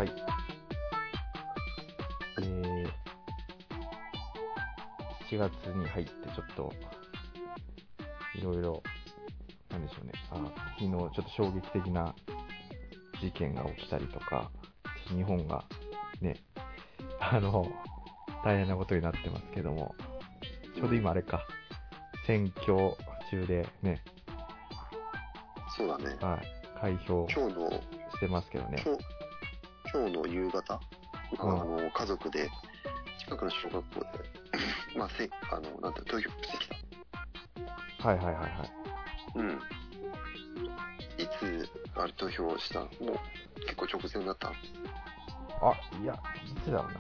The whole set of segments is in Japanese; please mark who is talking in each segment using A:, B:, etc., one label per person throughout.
A: はい。7月に入ってちょっと、いろいろ、なんでしょうね。昨日ちょっと衝撃的な事件が起きたりとか、日本がね、大変なことになってますけども、ちょうど今あれか、選挙中でね、
B: そうだね。
A: はい、開票してますけどね。
B: 今日の夕方、家族で近くの小学校で、投票してきた。
A: はいはいはいはい。
B: うん。いつ投票したの？もう結構直前だったの？
A: いや、いつだろうな。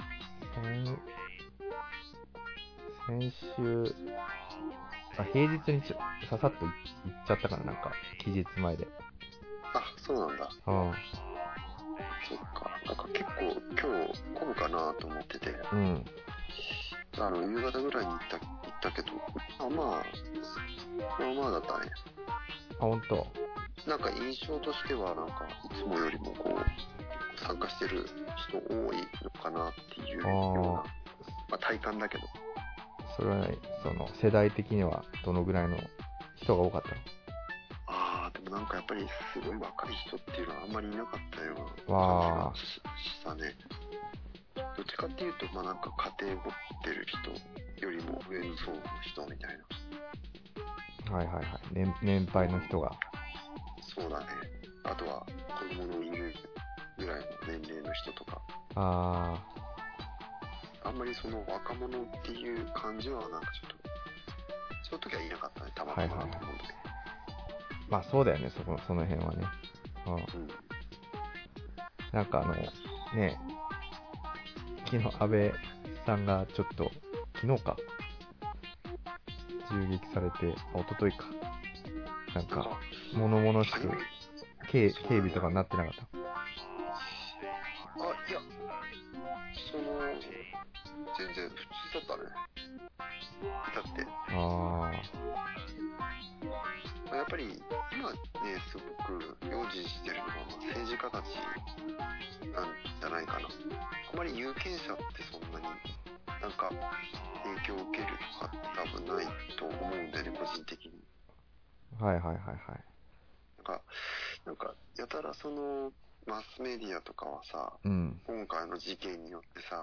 A: 先週、平日にささっと行っちゃったかな、なんか、期日前で。
B: そうなんだ。そっか。なんか結構今日混むかなと思ってて、
A: うん。
B: 夕方ぐらいに行ったけど、まあだったね。
A: 本当。
B: なんか印象としては、なんかいつもよりもこう参加してる人多いのかなっていうような、体感だけど。
A: それはね、世代的にはどのぐらいの人が多かったの？
B: でもなんかやっぱりすごい若い人っていうのはあんまりいなかったような感じがしたね。どっちかっていうと、なんか家庭持ってる人よりも上の層の人みたいな。
A: はいはいはい。年配の人が。
B: そうだね。あとは子供のいるぐらいの年齢の人とか。あんまりその若者っていう感じはなんかちょっと、その時はいなかったね、たまたまだと思うんだけど。
A: まあそうだよね、その辺はね。なんかね、昨日安倍さんがちょっと、昨日か、銃撃されて、一昨日か。なんか、物々しく、警備とかになってなかった？
B: いや、全然普通だったね。だって。やっぱり今ね、すごく用心してるのは政治家たちなんじゃないかな。あまり有権者ってそんなになんか影響を受けるとかって多分ないと思うんだよね、個人的に。
A: はいはいはいはい。
B: なんかやたらマスメディアとかはさ、今回の事件によってさ、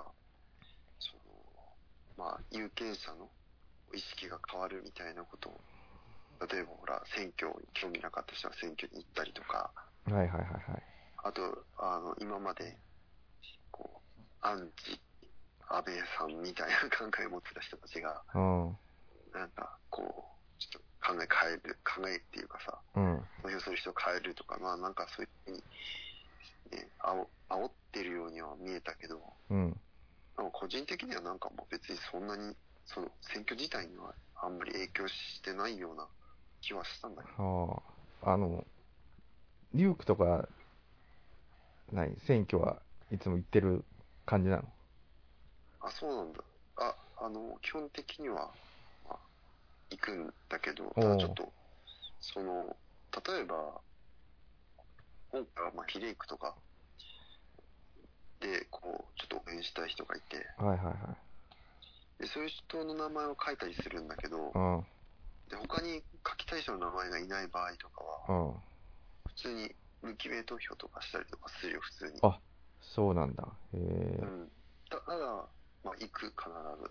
B: 有権者の意識が変わるみたいなことを、例えばほら、選挙に興味なかった人は選挙に行ったりとか、
A: はいはいはいはい。
B: あと、今まで、アンチ安倍さんみたいな考えを持ってた人たちが、なんか、ちょっと考えっていうかさ、投票する人を変えるとか、なんかそういうふうに、ね、煽ってるようには見えたけど、個人的にはなんかもう別にそんなに、選挙自体にはあんまり影響してないような気はしたんだけど。
A: リュークとか、選挙はいつも行ってる感じなの？
B: そうなんだ。基本的には、行くんだけど、ただちょっと、例えば、今回は比例区とかで、ちょっと応援したい人がいて、でそういう人の名前を書いたりするんだけど、で他に書きたい人の名前がいない場合とかは、普通に無記名投票とかしたりとかするよ、普通に。
A: そうなんだ。
B: ただ、行く、必ず。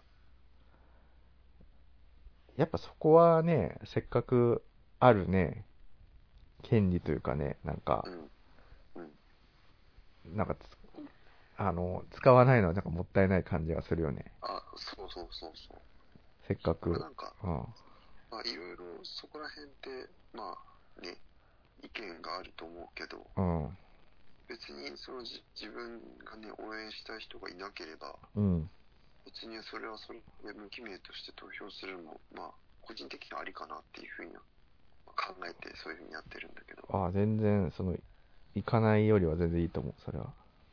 A: やっぱそこはね、せっかくあるね、権利というかね、なんか、なんか使わないのはなんかもったいない感じがするよね。
B: そう。
A: せっかく。
B: なんか、いろいろそこら辺って、ね、意見があると思うけど、別に自分がね、応援したい人がいなければ、別にそれはそれで無記名として投票するのも、個人的にはありかなっていうふうに考えてそういうふうにやってるんだけど。
A: 全然、行かないよりは全然いいと思う、それは。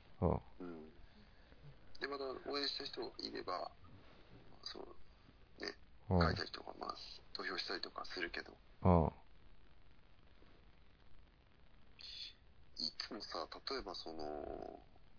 B: で、また応援した人がいれば、ね、書いたりとか、投票したりとかするけど、いつもさ、例えば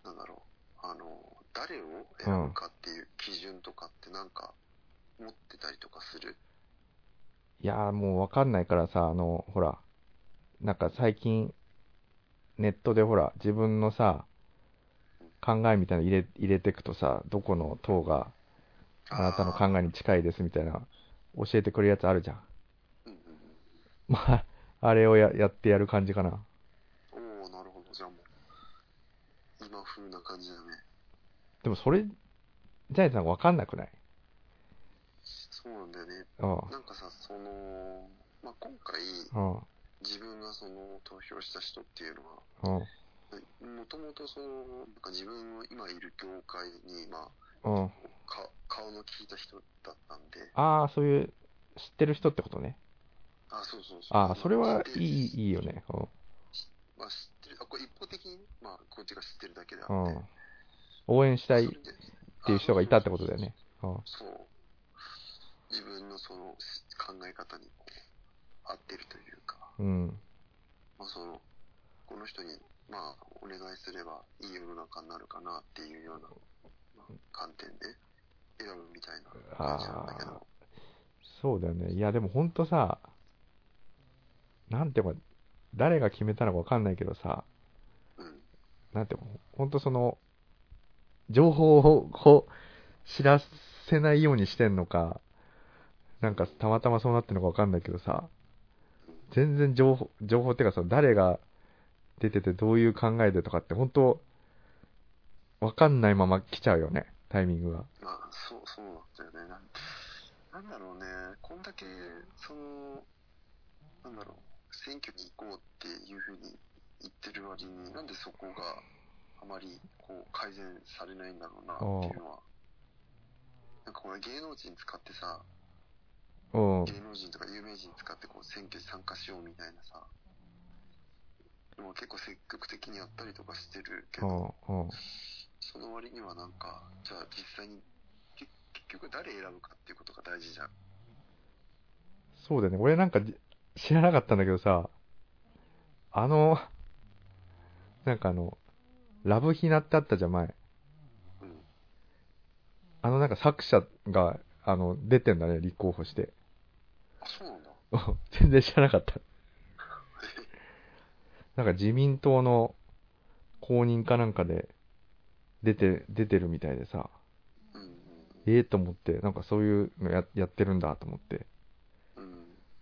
B: なんだろう、誰を選ぶかっていう基準とかってなんか持ってたりとかする？
A: いやーもうわかんないからさ、ほら、なんか最近、ネットでほら、自分のさ、考えみたいなの入れてくとさ、どこの党があなたの考えに近いですみたいな、教えてくれるやつあるじゃん。
B: うんうん
A: まあ、あれをやってやる感じかな。
B: うん。おお、なるほど。じゃあもう、今風な感じだね。
A: でもそれ、じゃないとなんかわかんなくない？
B: そうなんだよね。
A: うん。
B: なんかさ、まあ、今回、
A: うん。
B: 自分が投票した人っていうのは、
A: うん。
B: もともとなんか自分の今いる業界に、まあ、
A: うん。
B: 顔の利いた人だったんで、
A: ああ、そういう知ってる人ってことね。
B: あ、そうそうそう。
A: ああ、それ
B: 知っ
A: はい
B: て、
A: いよね。
B: まあ、知ってる、これ一方的に、まあ、こっちが知ってるだけであ
A: うん。
B: って、
A: うん。応援したいっ
B: まあ、それで、
A: ていう
B: そうそう
A: 人がいたって
B: そうそう。
A: ことだよね。うん。
B: そう。自分の考え方に合ってるというか、
A: うん。
B: まあ、この人に、まあ、お願いすればいい世の中になるかなっていうような、まあ、観点で選ぶみたいな感じなんだけ
A: ああ、
B: ど、
A: そうだよね。いや、でもほんとさ、なんていうか、誰が決めたのかわかんないけどさ、
B: うん。
A: なんていうの、ほんと情報をこう、知らせないようにしてんのか、なんかたまたまそうなってんのかわかんないけどさ、
B: うん。
A: 全然情報っていうかさ、誰が出ててどういう考えでとかって本当わかんないまま来ちゃうよね、タイミングが。
B: まあ、そうなんだよね。なんだろうね。こんだけ、なんだろう、選挙に行こうっていうふうに言ってる割に、なんでそこがあまり改善されないんだろうなっていうのは、なんかこれ芸能人使ってさ、
A: うん。うん。
B: 芸能人とか有名人使って選挙に参加しようみたいなさ、でも結構積極的にやったりとかしてるけ
A: うん。
B: ど、
A: うん。
B: その割にはなんか、じゃあ実際に結局誰選ぶかっていうことが大事じゃん。
A: そうだよね。俺なんか知らなかったんだけどさ、あの、なんかラブヒナってあったじゃん、前。
B: うん。
A: なんか作者が、出てんだね、立候補して。
B: あ、そうなんだ。
A: 全然知らなかった。なんか自民党の公認かなんかで出てるみたいでさ、
B: うんうん
A: と思って、なんかそういうのやってるんだと思って。
B: うん。うん。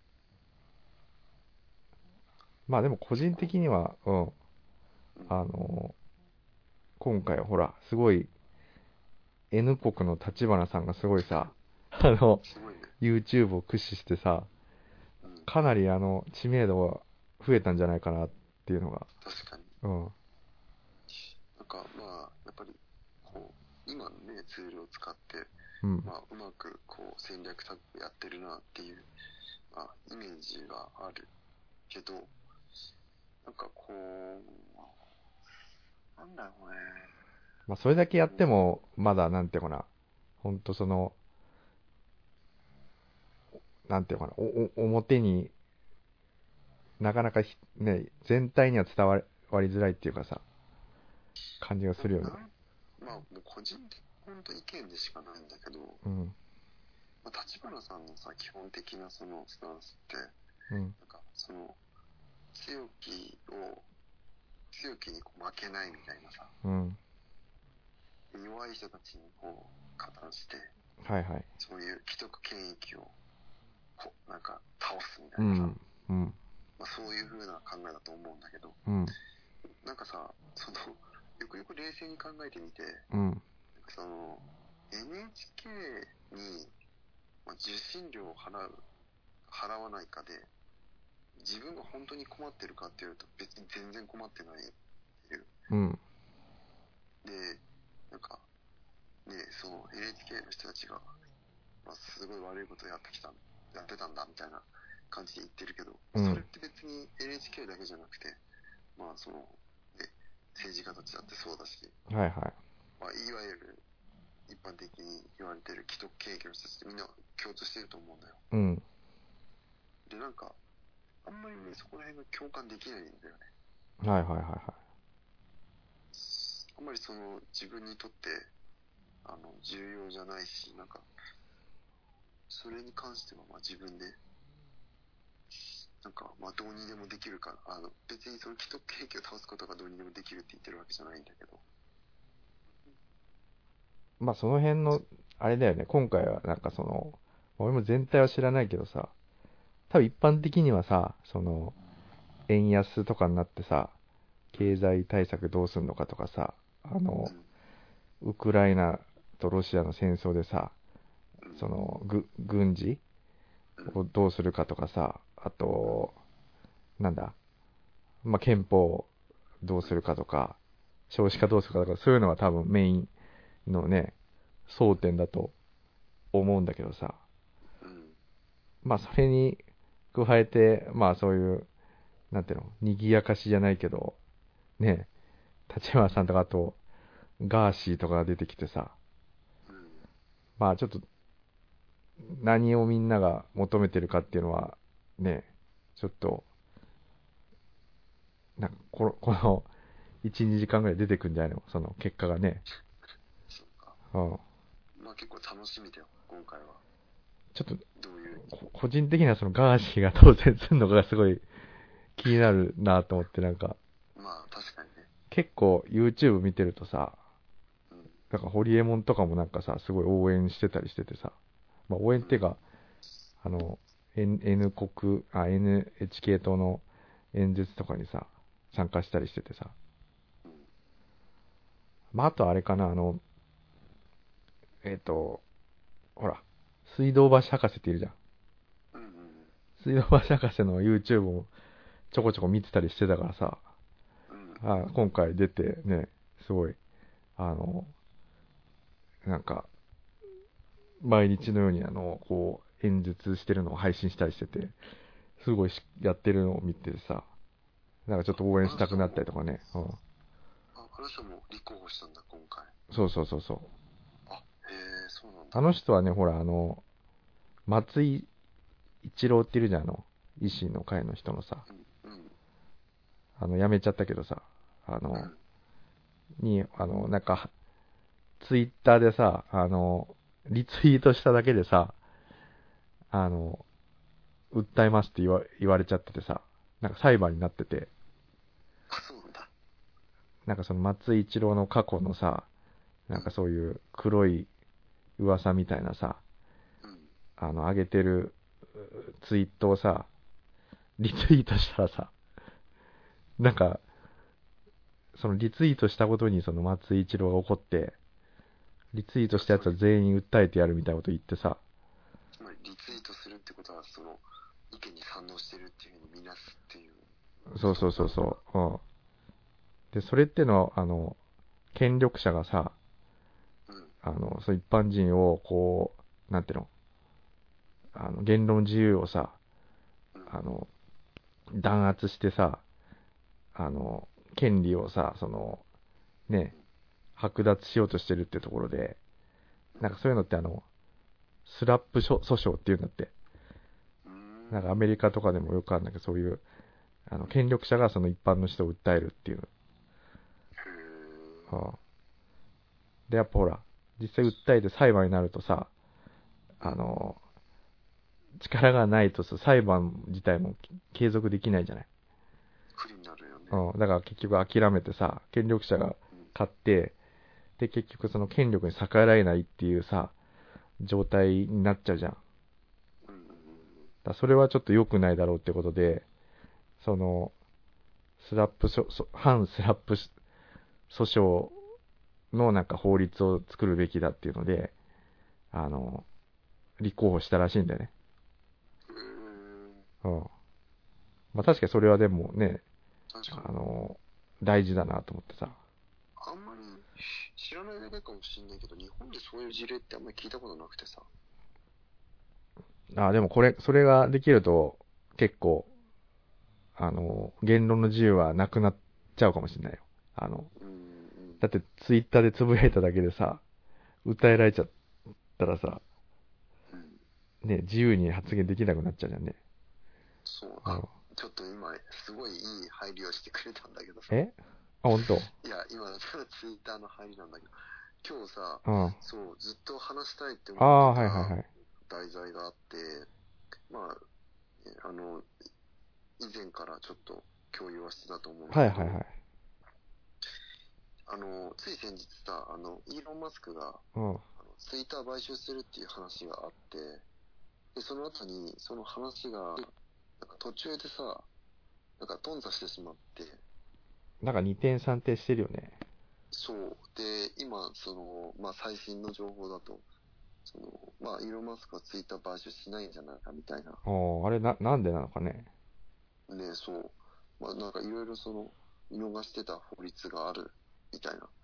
A: まあでも個人
B: そこ、
A: 的には、うん、
B: うん。
A: あの、今回ほら、すごい N 国の立花さんがすごいさ、
B: すごいね。
A: YouTube を駆使してさ、
B: うん。
A: かなり知名度が増えたんじゃないかなっていうのが、
B: 確かに。
A: うん、
B: なんかまあ、やっぱり、今のね、ツールを使って、
A: うん、
B: まあ、うまく戦略タッグやってるなっていう、まあ、イメージがあるけど、なんかなんだろうね。
A: まあそれだけやっても、まだなんていうかな、ほんとなんていうかな、表になかなかね、全体には伝わりづらいっていうかさ、感じがするよね。
B: まあ、もう個人的本当意見でしかないんだけど、
A: うん、
B: まあ、立花さんのさ、基本的なスタンスって、
A: うん、
B: なんか強気強気に負けないみたいなさ、
A: うん。
B: 弱い人たちに加担して、
A: はいはい。
B: そういう既得権益をなんか倒すみたいなさ、
A: うん、うん、
B: まあ、そういう風な考えだと思うんだけど、
A: うん、
B: なんかさ、よくよく冷静に考えてみて、
A: うん、
B: NHK に、まあ、受信料を払わないかで、自分が本当に困ってるかっていうと、別に全然困ってないっていう。
A: うん、
B: で、なんか、ね、NHK の人たちが、まあ、すごい悪いことやってたんだみたいな感じで言ってるけど、
A: うん。
B: それって別に NHK だけじゃなくて、まあね、政治家たちだってそうだし、
A: はいはい。
B: まあ、いわゆる一般的に言われてる既得権益の人たちってみんな共通してると思うんだよ。
A: うん。
B: で、なんか、あんまりね、そこら辺が共感できないんだよね。
A: はいはいはいは
B: あんまりその自分にとって重要じゃないし、なんかそれに関してはまあ自分でなんかまあどうにでもできるか、別にその既得兵器を倒すことがどうにでもできるって言ってるわけじゃないんだけど。
A: まあその辺の、あれだよね、今回はなんかその、俺も全体は知らないけどさ、多分一般的にはさ、その、円安とかになってさ、経済対策どうすんのかとかさ、
B: うん、
A: ウクライナとロシアの戦争でさ、
B: うん、
A: その、軍事
B: うん、
A: をどうするかとかさ、あと、なんだ、まあ、憲法をどうするかとか、少子化どうするかとか、そういうのが多分メインのね、争点だと思うんだけどさ、
B: うん、
A: まあそれに加えて、まあそういう、なんていうの、賑やかしじゃないけど、ね、立花さんとかあと、ガーシーとかが出てきてさ、
B: うん、
A: まあちょっと何をみんなが求めてるかっていうのは、ね、ちょっと、なんかこの1、2時間ぐらい出てくんじゃないのその結果がね。
B: そうか。
A: うん。
B: まあ結構楽しみだよ、今回は。
A: ちょっと、
B: どういう、
A: 個人的にはそのガーシーが当選するのがすごい気になるなと思って、なんか、
B: まあ確かにね。
A: 結構 YouTube 見てるとさ、
B: うん、
A: なんかホリエモンとかもなんかさ、すごい応援してたりしててさ、まあ応援
B: うん、
A: っていうか、あの、NHK 党の演説とかにさ、参加したりしててさ、
B: うん、
A: まああとあれかな、ほら、水道橋博士っているじゃん。
B: うん、うん、
A: 水道橋博士の YouTube もちょこちょこ見てたりしてたからさ、
B: うん、
A: 今回出てね、すごい、あの、なんか、毎日のようにこう、演説してるのを配信したりしてて、すごいやってるのを見てさ、なんかちょっと応援したくなったりとかね。うん。
B: あの人も立候補したんだ、今回。
A: そうそうそうそう。
B: あ、へえ、そうなんだ。
A: あの人はね、ほら、松井一郎っているじゃん、維新の会の人のさ、
B: うん、うん、
A: 辞めちゃったけどさ、あの、
B: うん、
A: なんか、ツイッターでさ、リツイートしただけでさ、あの、訴えますって言われちゃっててさ、なんか裁判になってて、
B: あ、そうなんだ。
A: なんかその松井一郎の過去のさ、なんか
B: うん、
A: そういう黒い噂みたいなさ、
B: うん、
A: 上げてるツイートをさ、リツイートしたらさ、なんか、そのリツイートしたことにその松井一郎が怒って、リツイートしたやつは全員訴えてやるみたいなこと言ってさ、
B: つまりリツイートするってことは、その、意見に賛同してるっていうふうに見なすっていう
A: そうそうそうそう、うん。で、それってのは、権力者がさ、
B: の。うん、
A: そう一般人をこう、なんていうの、言論自由をさ、
B: うん、
A: あの、弾圧してさ、あの、権利をさ、ね、剥奪しようとしてるってところで、
B: うん、
A: なんかそういうのってスラップ訴訟っていうんだって。
B: うーん、
A: なんかアメリカとかでもよくあるんだけど、そういう、権力者がその一般の人を訴えるっていう。
B: へえ、
A: はあ、で、やっぱほら、実際訴えて裁判になるとさ、
B: うん、
A: 力がないとさ、裁判自体も継続できないじゃない。
B: 不利になるよね。
A: うん、だから結局諦めてさ、権力者が
B: うん、
A: 勝って、で、結局その権力に逆らえないっていうさ、状態になっちゃうじゃん。だか
B: うん、うん、うん、
A: らそれはちょっと良くないだろうってことで、その、反スラップ訴訟のなんか法律を作るべきだっていうので、あの、立候補したらしいんだよね。
B: へえ、
A: うん。まあ確かにそれはでもね、
B: 確かに。
A: あの、大事だなと思ってさ。
B: あんまり知らないだけかもしれないけど、日本でそういう事例ってあんまり聞いたことなくてさ。
A: でもそれができると結構、言論の自由はなくなっちゃうかもしれないよ。
B: うん、うん、
A: だってツイッターでつぶやいただけでさ、訴えられちゃったらさ、
B: うん。
A: ね、自由に発言できなくなっちゃうじゃんね。
B: そう、
A: うん。
B: ちょっと今、すごいいい配慮をしてくれたんだけどさ。
A: え本当。
B: いや、今のツイッターの入りなんだけど、今日さ、
A: うん。
B: そう、ずっと話したいって
A: ああ、
B: 思って
A: はいはいはい。
B: た題材があって、まあ、あの、以前からちょっと共有はしてたと思うんだけど、
A: はいはいはい。
B: つい先日さ、イーロン・マスクが、
A: うん。
B: ツイッター買収するっていう話があって、で、その後に、その話が、なんか途中でさ、なんか頓挫してしまって、
A: なんか二転三転してるよね。
B: そう。で、今、まあ、最新の情報だと、まあ、イーロン・マスクはツイッター買収しないんじゃないかみたいな。
A: あれなんでなのかね。
B: ね、そう。まあ、なんかいろいろ見逃してた法律があるみたいな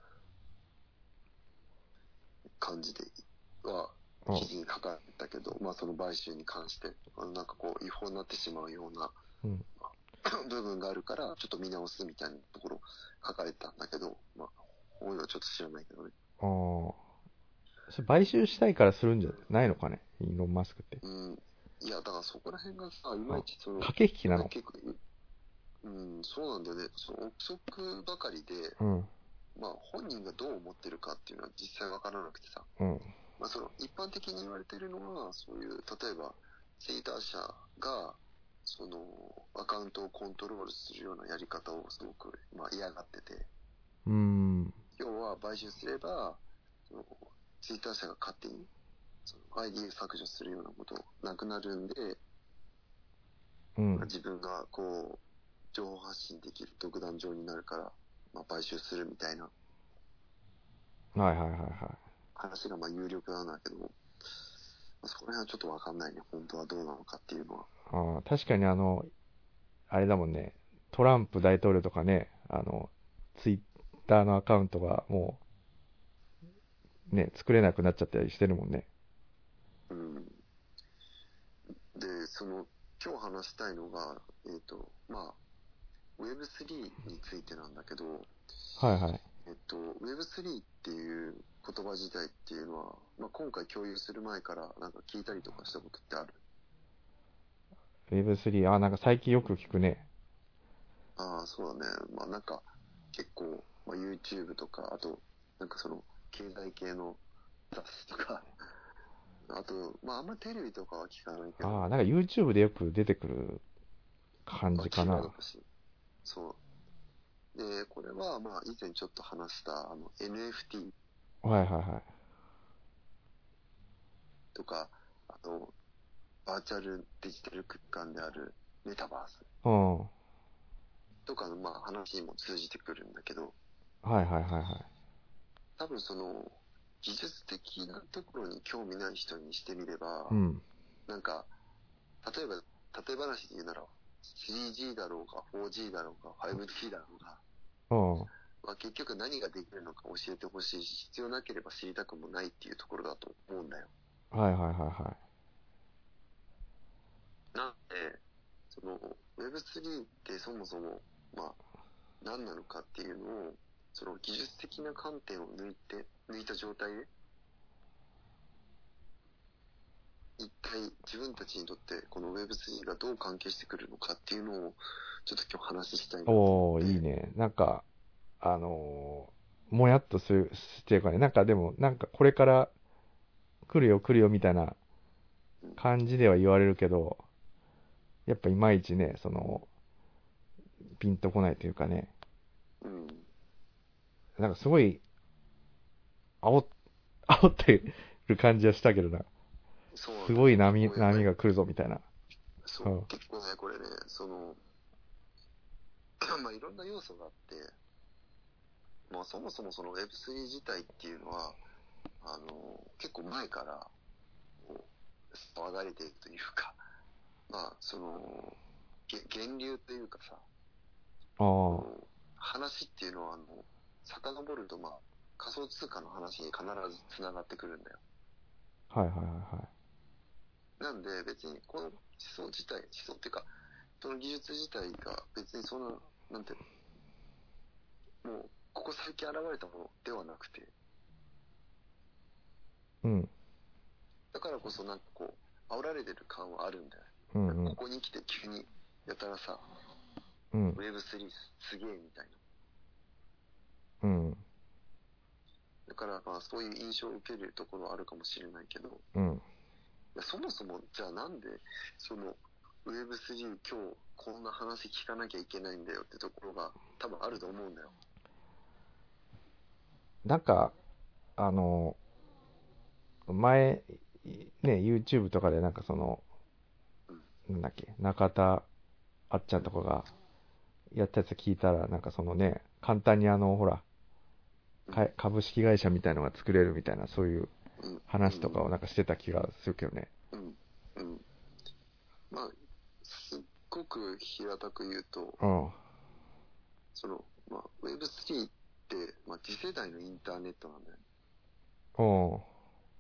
B: 感じでは、
A: うん。
B: 記事に書かれたけど、まあ、その買収に関して、なんかこう、違法になってしまうような
A: うん。
B: 部分があるから、ちょっと見直すみたいなところ書かれてたんだけど、まあ、こういうのはちょっと知らないけどね。
A: ああ。それ買収したいからするんじゃないのかね。イーロン・マスクって。
B: うん。いや、だからそこら辺がさ、いま
A: あ、
B: いち
A: 駆け引きなの。
B: 結構、うん、そうなんだよね。憶測ばかりで、
A: うん。
B: まあ本人がどう思ってるかっていうのは実際わからなくてさ、
A: うん。
B: まあ一般的に言われてるのは、そういう、例えば、ツイッター社が、アカウントをコントロールするようなやり方をすごく、まあ嫌がってて、
A: うーん。
B: 要は買収すれば、ツイッター社が勝手に、ID を削除するようなことなくなるんで、
A: うん。
B: 自分がこう、情報発信できる独壇場になるから、まあ買収するみたいな
A: はいはいはいは
B: 話がまあ有力なんだけど、まあ、そこら辺はちょっとわかんないね。本当はどうなのかっていうのは。
A: い。確かにあれだもんね。トランプ大統領とかね、ツイッターのアカウントがもうね、作れなくなっちゃったりしてるもんね。
B: うん。で、今日話したいのが、まあ、Web3 についてなんだけど、
A: はいはい。
B: Web3 っていう言葉自体っていうのは、まあ、今回共有する前からなんか聞いたりとかしたことってある？
A: Web3、なんか最近よく聞くね。
B: ああ、そうだね。まあなんか結構、まあ、YouTube とか、あと、なんか経済系の雑誌とか、あと、まああんまテレビとかは聞かないけど、
A: なんか YouTube でよく出てくる感
B: あ、
A: じかな。
B: キーワードだし。そう。で、これはまあ以前ちょっと話したNFT
A: はいはいはい。
B: とか、あと、バーチャルデジタル空間であるメタバース
A: うん。は
B: とかのまあ話にも通じてくるんだけど、
A: いはいはいはい。
B: 多分技術的なところに興味ない人にしてみれば、
A: うん。
B: なんか、例え話で言うなら、3G だろうが 4G だろうが 5G だろうが、
A: うん。
B: まあ、結局何ができるのか教えてほしいし、必要なければ知りたくもないっていうところだと思うんだよ。
A: はいはいはいは
B: なんで、Web3 ってそもそも、まあ、何なのかっていうのを、技術的な観点を抜いた状態で、一体自分たちにとってこの Web3 がどう関係してくるのかっていうのを、ちょっと今日話したい
A: い。
B: なと思って。
A: いいね。なんか、あのもやっとしていうかね、なんかでも、なんかこれから来るよ来るよみたいな
B: うん。
A: 感じでは言われるけど、やっぱいまいちね、ピンとこないというかね、
B: うん。
A: なんかすごい煽ってる感じはしたけどな。す
B: そうなんだよ。
A: ごい波
B: 結構やばい。
A: が来るぞみたいな。
B: そう。
A: うん。
B: 結構ね、これね、まあいろんな要素があって、まあそもそもWeb3 自体っていうのは、結構前から、こ騒がれているというか、まあ源流というかさ、
A: ああ、は
B: 話っていうのは、遡ると、まあ、仮想通貨の話に必ず繋がってくるんだよ。
A: いはいはいはい。
B: なんで、別に、この思想っていうか、その技術自体が別にそんな、なんていうの、もう、ここ最近現れたものではなくて、
A: うん。
B: だからこそなんかこう、煽られてる感はあるんだよ。
A: うんうん。
B: ここに来て急に、やたらさ、
A: うん。
B: Web3 すげえみたいな。
A: うん。
B: だからまあそういう印象を受けるところはあるかもしれないけど、
A: うん。
B: いやそもそもじゃあなんでその Web3 今日こんな話聞かなきゃいけないんだよってところが多分あると思うんだよ。
A: なんか、前、ね、YouTube とかでなんか
B: うん。
A: なんだっけ、中田あっちゃんとかがやったやつ聞いたら、なんか簡単にほら、
B: うん。
A: 株式会社みたいのが作れるみたいな、そういう
B: うん。う
A: 話とかを
B: ん。
A: なんかしてた気がするけどね。
B: うん。うん。まあ、すっごく平たく言うと、
A: うん。
B: まあ、Web3 って、まあ、次世代のインターネットなんだよね。
A: おう。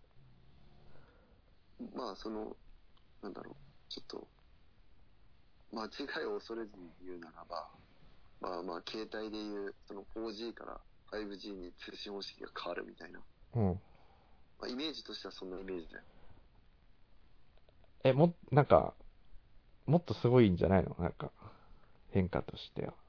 B: まあ、なんだろう、ちょっと、間違いを恐れずに言うならば、まあまあ、携帯で言う、4G から 5G に通信方式が変わるみたいな。
A: うん。
B: まあ、イメージとしてはそんなイメージだよ。
A: なんか、もっとすごいんじゃないのなんか、変化としては。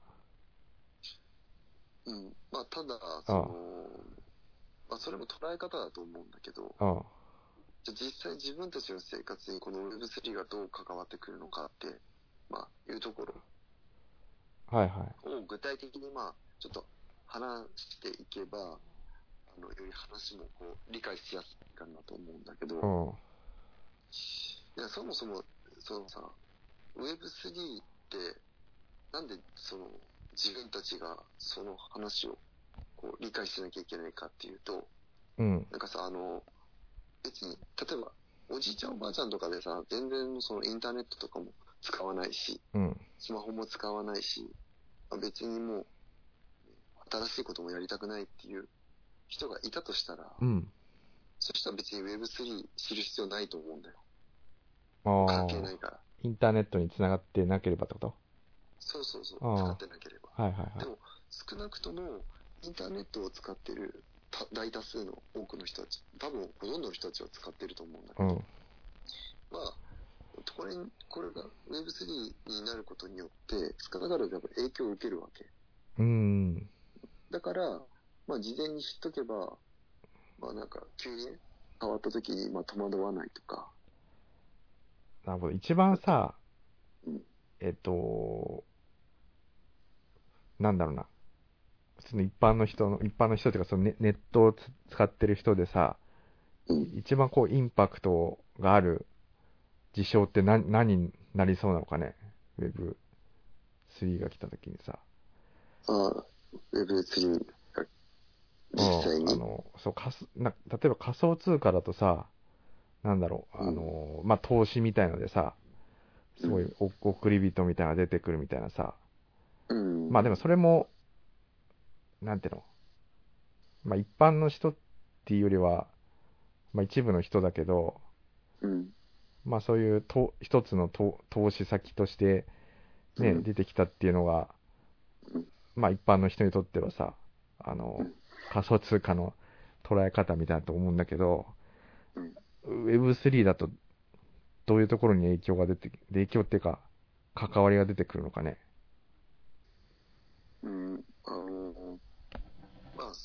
B: うん。まあ、ただ、
A: あ
B: まあ、それも捉え方だと思うんだけど、
A: あ、あ
B: じゃあ実際自分たちの生活にこの Web3 がどう関わってくるのかって、まあ、いうところ
A: あ、はいはい。
B: を具体的にまあ、ちょっと話していけば、より話もこう、理解しやすいかなと思うんだけど、
A: うん。
B: いや、そもそも、さ、Web3 って、なんで自分たちがその話をこう理解しなきゃいけないかっていうと、
A: うん。
B: なんかさ、別に、例えば、おじいちゃんおばあちゃんとかでさ、全然そのインターネットとかも使わないし、
A: うん。
B: スマホも使わないし、まあ別にもう新しいこともやりたくないっていう人がいたとしたら、
A: うん。
B: そしたら別に Web3 知る必要ないと思うんだよ。関係
A: ああ、
B: ないから。
A: インターネットにつながってなければってこと？
B: そうそうそう、使
A: あ
B: ってなければ。
A: あ、はいはいはい。
B: でも、少なくとも、インターネットを使ってる大多数の多くの人たち、多分ほとんどの人たちは使ってると思うんだけど、
A: うん。
B: まあ、これが Web3 になることによって、少なからずやっぱ影響を受けるわけ。
A: うーん。
B: だから、まあ事前に知っとけば、まあなんか急にね、変わった時にまあ戸惑わないとか、
A: なるほど。一番
B: なんか、
A: さ、
B: うん、
A: えっと、なんだろうな。普通の一般の人っていうか、ネットを使ってる人でさ、
B: うん。
A: 一番こう、インパクトがある事象って何になりそうなのかね。Web3 が来た時にさ。
B: ああ、Web3 が
A: うん。
B: 実際に、
A: そう、例えば仮想通貨だとさ、なんだろう、
B: うん、
A: まあ、投資みたいのでさ、すごい
B: うん、
A: 送り人みたいなのが出てくるみたいなさ。
B: うん、
A: まあでもそれも、なんていうの、まあ一般の人っていうよりは、まあ一部の人だけど、
B: うん、
A: まあそういう一つの投資先としてね、
B: うん、
A: 出てきたっていうのが、
B: うん、
A: まあ一般の人にとってはさ、
B: うん、
A: 仮想通貨の捉え方みたいだと思うんだけど、
B: うん、
A: Web3 だとどういうところに影響っていうか、関わりが出てくるのかね。
B: うん、まあ、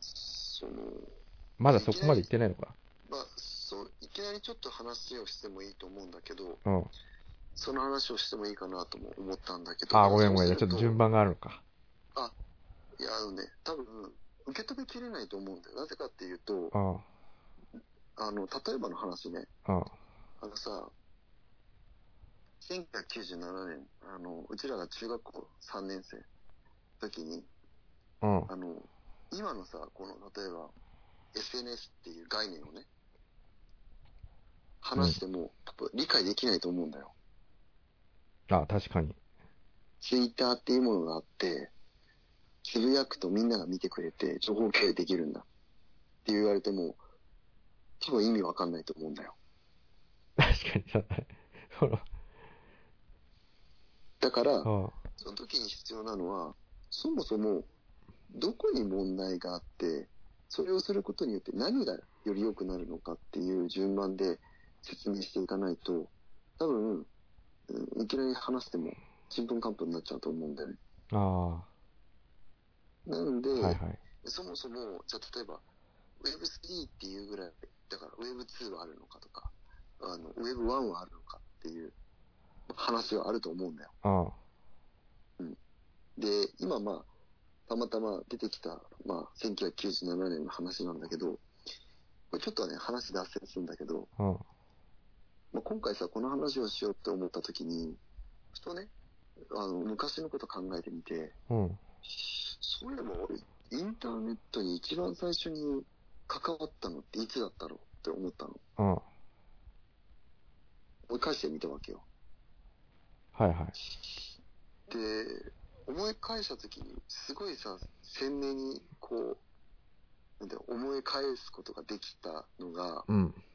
B: まあ、
A: まだそこまで行っ
B: いきなり、
A: てないのか。
B: まあ、いきなりちょっと話をしてもいいと思うんだけど、
A: うん。
B: その話をしてもいいかなとも思ったんだけど、
A: あ、
B: まあそう
A: ごめんごめん。じゃあ
B: すると、
A: ちょっと順番があるのか。
B: あ、いや、多分、受け止めきれないと思うんだよ。なぜかっていうと、
A: うん。
B: 例えばの話ね、
A: うん。
B: さ、1997年、うちらが中学校3年生の時に、
A: うん。
B: あの、今のさ、例えば、SNS っていう概念をね、
A: うん。
B: 話しても、多分理解できないと思うんだよ。
A: あ、確かに。
B: ツイッターっていうものがあって、つぶやくとみんなが見てくれて、情報共有できるんだって言われても、多分意味わかんないと思うんだよ。
A: 確かにさ、その、
B: だから、
A: あ
B: その時に必要なのは、そもそも、どこに問題があって、それをすることによって何がより良くなるのかっていう順番で説明していかないと、多分、いきなり話しても、ちんぷんかんぷんになっちゃうと思うんだよね。
A: あ、あ
B: なので、
A: あ、はいはい。
B: そもそも、じゃあ例えば、Web3 っていうぐらい、だから Web2 はあるのかとか、Web1 はあるのかっていう話はあると思うんだよ。
A: ああ。
B: で、今たまたま出てきた、1997年の話なんだけど、これちょっとね、話脱線するんだけど、今回さ、この話をしようって思った時に、ふとね、昔のこと考えてみて、そういえば俺、インターネットに一番最初に関わったのっていつだったろうって思ったの。追い返してみたわけよ。
A: はいはい。
B: で、思い返した時に、すごいさ、鮮明にこう、思い返すことができたのが、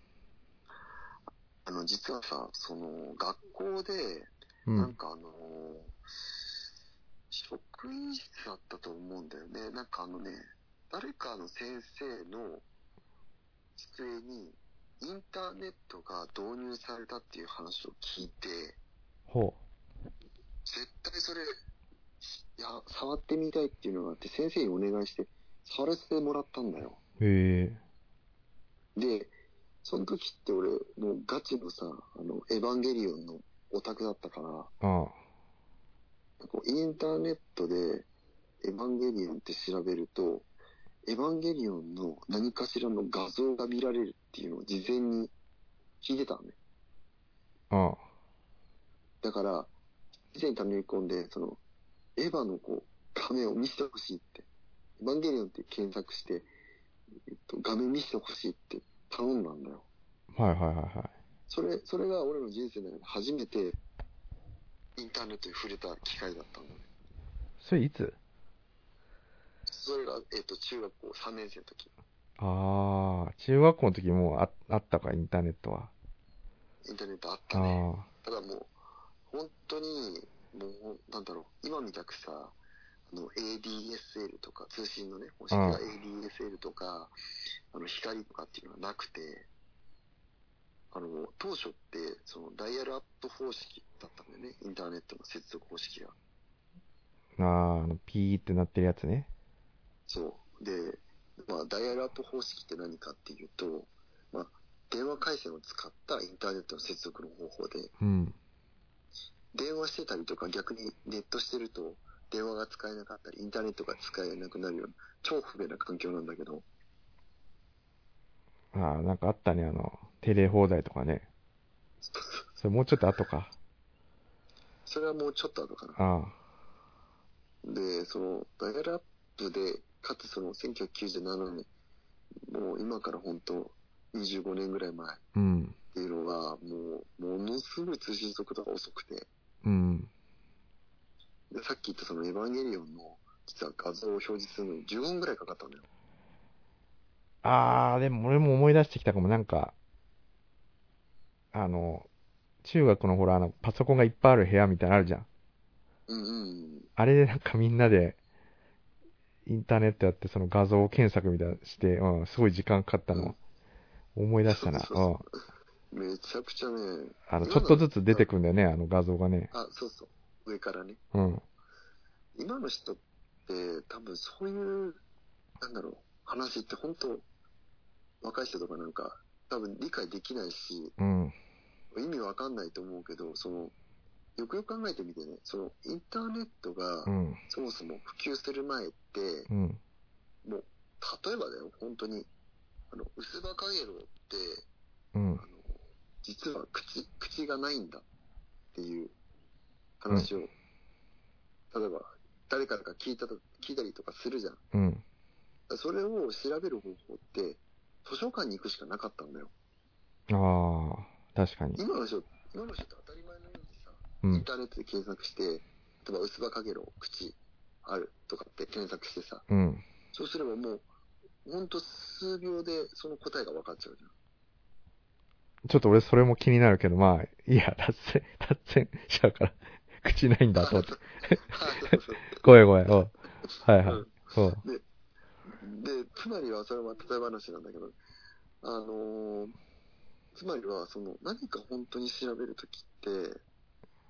B: 実はさ、学校で、なんか職員室だったと思うんだよね。なんか誰かの先生の机にインターネットが導入されたっていう話を聞いて、絶対それ、触ってみたいっていうのがあって先生にお願いして触らせてもらったんだよ。で、その時って俺、もうガチのさ、エヴァンゲリオンのオタクだったから、インターネットでエヴァンゲリオンって調べると、エヴァンゲリオンの何かしらの画像が見られるっていうのを事前に聞いてたのね。だから、以前に溜め込んで、エヴァの画面を見せてほしいって、エヴァンゲリオンって検索して、画面見せてほしいって頼んだんだよ。それが俺の人生の中で初めてインターネットに触れた機会だったんだね。
A: それいつ？
B: それが、中学校3年生の時。
A: 中学校の時もあったか、インターネットは。
B: インターネットあったね。ただもう、本当に、もう、今みたくさ、ADSL とか、通信のね、方式が ADSL とか、光とかっていうのはなくて、当初って、ダイヤルアップ方式だったんだよね、インターネットの接続方式が。
A: ピーってなってるやつね。
B: そう。で、ダイヤルアップ方式って何かっていうと、電話回線を使ったインターネットの接続の方法で、電話してたりとか逆にネットしてると電話が使えなかったりインターネットが使えなくなるような超不便な環境なんだけど。
A: なんかあったね、テレ放題とかね。それもうちょっと後か。
B: それはもうちょっと後かな。で、ダイヤルアップで、かつ1997年、もう今から本当25年ぐらい前っていうのが、もう、ものすごい通信速度が遅くて、で、さっき言ったエヴァンゲリオンの、実は画像を表示するのに15分ぐらいかかったんだよ。
A: でも俺も思い出してきたかも。なんか、中学のほら、パソコンがいっぱいある部屋みたいなのあるじゃん。あれでなんかみんなで、インターネットやって、その画像検索みたいなして、すごい時間かかったの。思い出したな。
B: めちゃくちゃね。
A: ちょっとずつ出てくんだよね、画像がね。
B: そうそう。上からね。今の人って多分そういう、話って本当、若い人とかなんか多分理解できないし、意味わかんないと思うけど、よくよく考えてみてね、インターネットがそもそも普及する前って、もう、例えばだよ、本当に、薄葉かげろうって、実は口がないんだっていう話を、例えば誰からか聞いたりとかするじゃん。それを調べる方法って、図書館に行くしかなかったんだよ。
A: 確かに。
B: 今の人って当たり前のようにさ、インターネットで検索して、例えば薄葉かげろう、口あるとかって検索してさ、そうすればもう、ほんと数秒でその答えが分かっちゃうじゃん。
A: ちょっと俺それも気になるけど、いや、脱線しちゃうから、口ないんだと思って。ごめん。
B: で、つまりは、それは例え話なんだけど、つまりは、何か本当に調べるときって、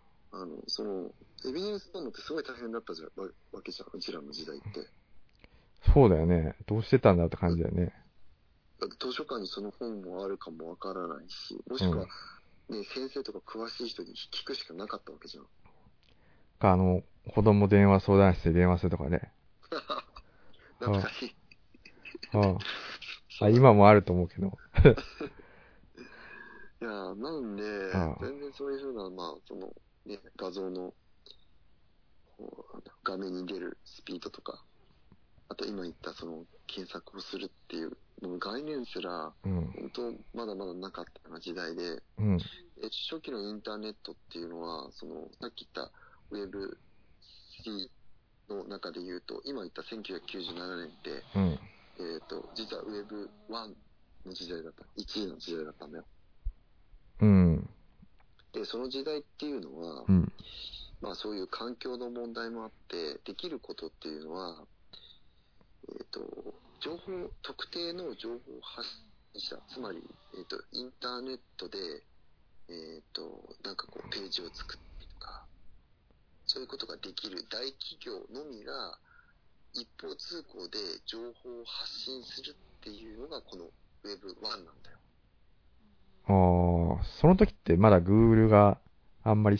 B: エビデンス取るのってすごい大変だったわけじゃん、うちらの時代って。
A: そうだよね。どうしてたんだって感じだよね。
B: だって図書館にその本もあるかもわからないし、もしくはね、先生とか詳しい人に聞くしかなかったわけじゃん。
A: 子供電話相談室で電話するとかね。
B: 懐かしい。
A: 今もあると思うけど。
B: いやー、なんで、全然そういうふうな、まあ、その、ね、画像の、画面に出るスピードとか、あと今言ったその、検索をするっていう、もう概念すら、本当、まだまだなかったような時代で、初期のインターネットっていうのは、その、さっき言った Web3 の中で言うと、今言った1997年って、実は Web1 の時代だった。1位の時代だったんだよ。で、その時代っていうのは、まあそういう環境の問題もあって、できることっていうのは、特定の情報発信者、つまり、インターネットで、なんかこう、ページを作ったりとか、そういうことができる大企業のみが、一方通行で情報を発信するっていうのが、この Web1 なんだよ。
A: その時ってまだ Google があんまり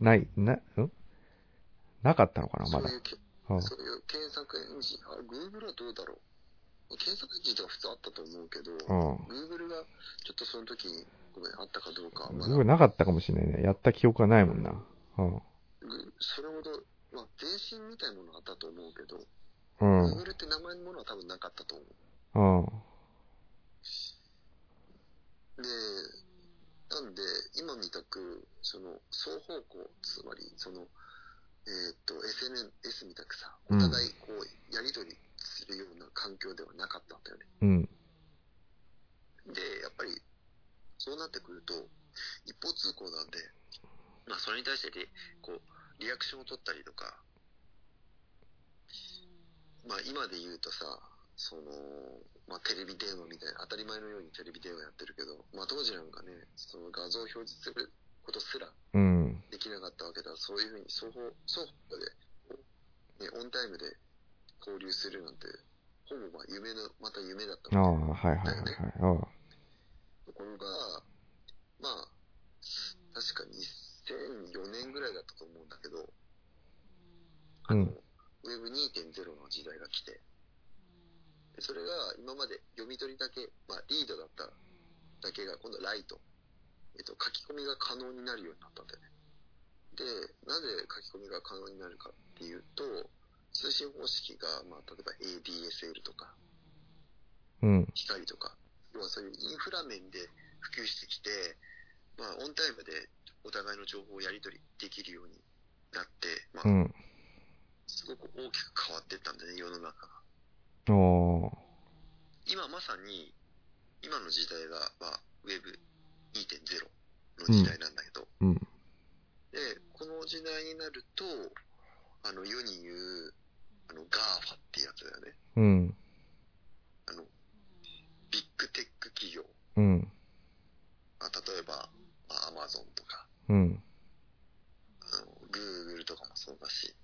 A: なかったのかな、まだ。
B: そういう検索エンジン、Google はどうだろう。検索エンジンとか普通あったと思うけど、Google がちょっとその時に、ごめん、あったかどうかはまだ。
A: Google なかったかもしれないね。やった記憶はないもんな。
B: それほど、まあ、前身みたいなものあったと思うけど、Google って名前のものは多分なかったと思う。で、なんで、今みたく、その、双方向、つまり、その、SNS みたくさ、お互いこう、やり取りするような環境ではなかったんだよね。で、やっぱり、そうなってくると、一方通行なんで、まあ、それに対してこう、リアクションを取ったりとか、まあ、今で言うとさ、その、まあ、テレビ電話みたいな、当たり前のようにテレビ電話やってるけど、まあ、当時なんかね、その画像を表示することすらできなかったわけだ。そういうふうに双方で、ね、オンタイムで交流するなんて、ほぼまた夢だったわけだよね。ところが、まあ、確か2004年ぐらいだったと思うんだけど、Web2.0 の時代が来て、それが今まで読み取りだけ、まあ、リードだっただけが今度ライト、書き込みが可能になるようになったんだよね。で、なぜ書き込みが可能になるかっていうと、通信方式が、まあ、例えば ADSL とか、光とか、要はそういうインフラ面で普及してきて、まあ、オンタイムでお互いの情報をやり取りできるようになって、まあ、すごく大きく変わっていったんだね、世の中が。今まさに、今の時代が、まあ、Web2.0 の時代なんだけど、で、この時代になると、世に言う、GAFA ってやつだよね。ビッグテック企業。例えば、Amazon とか、Google とかもそうだし、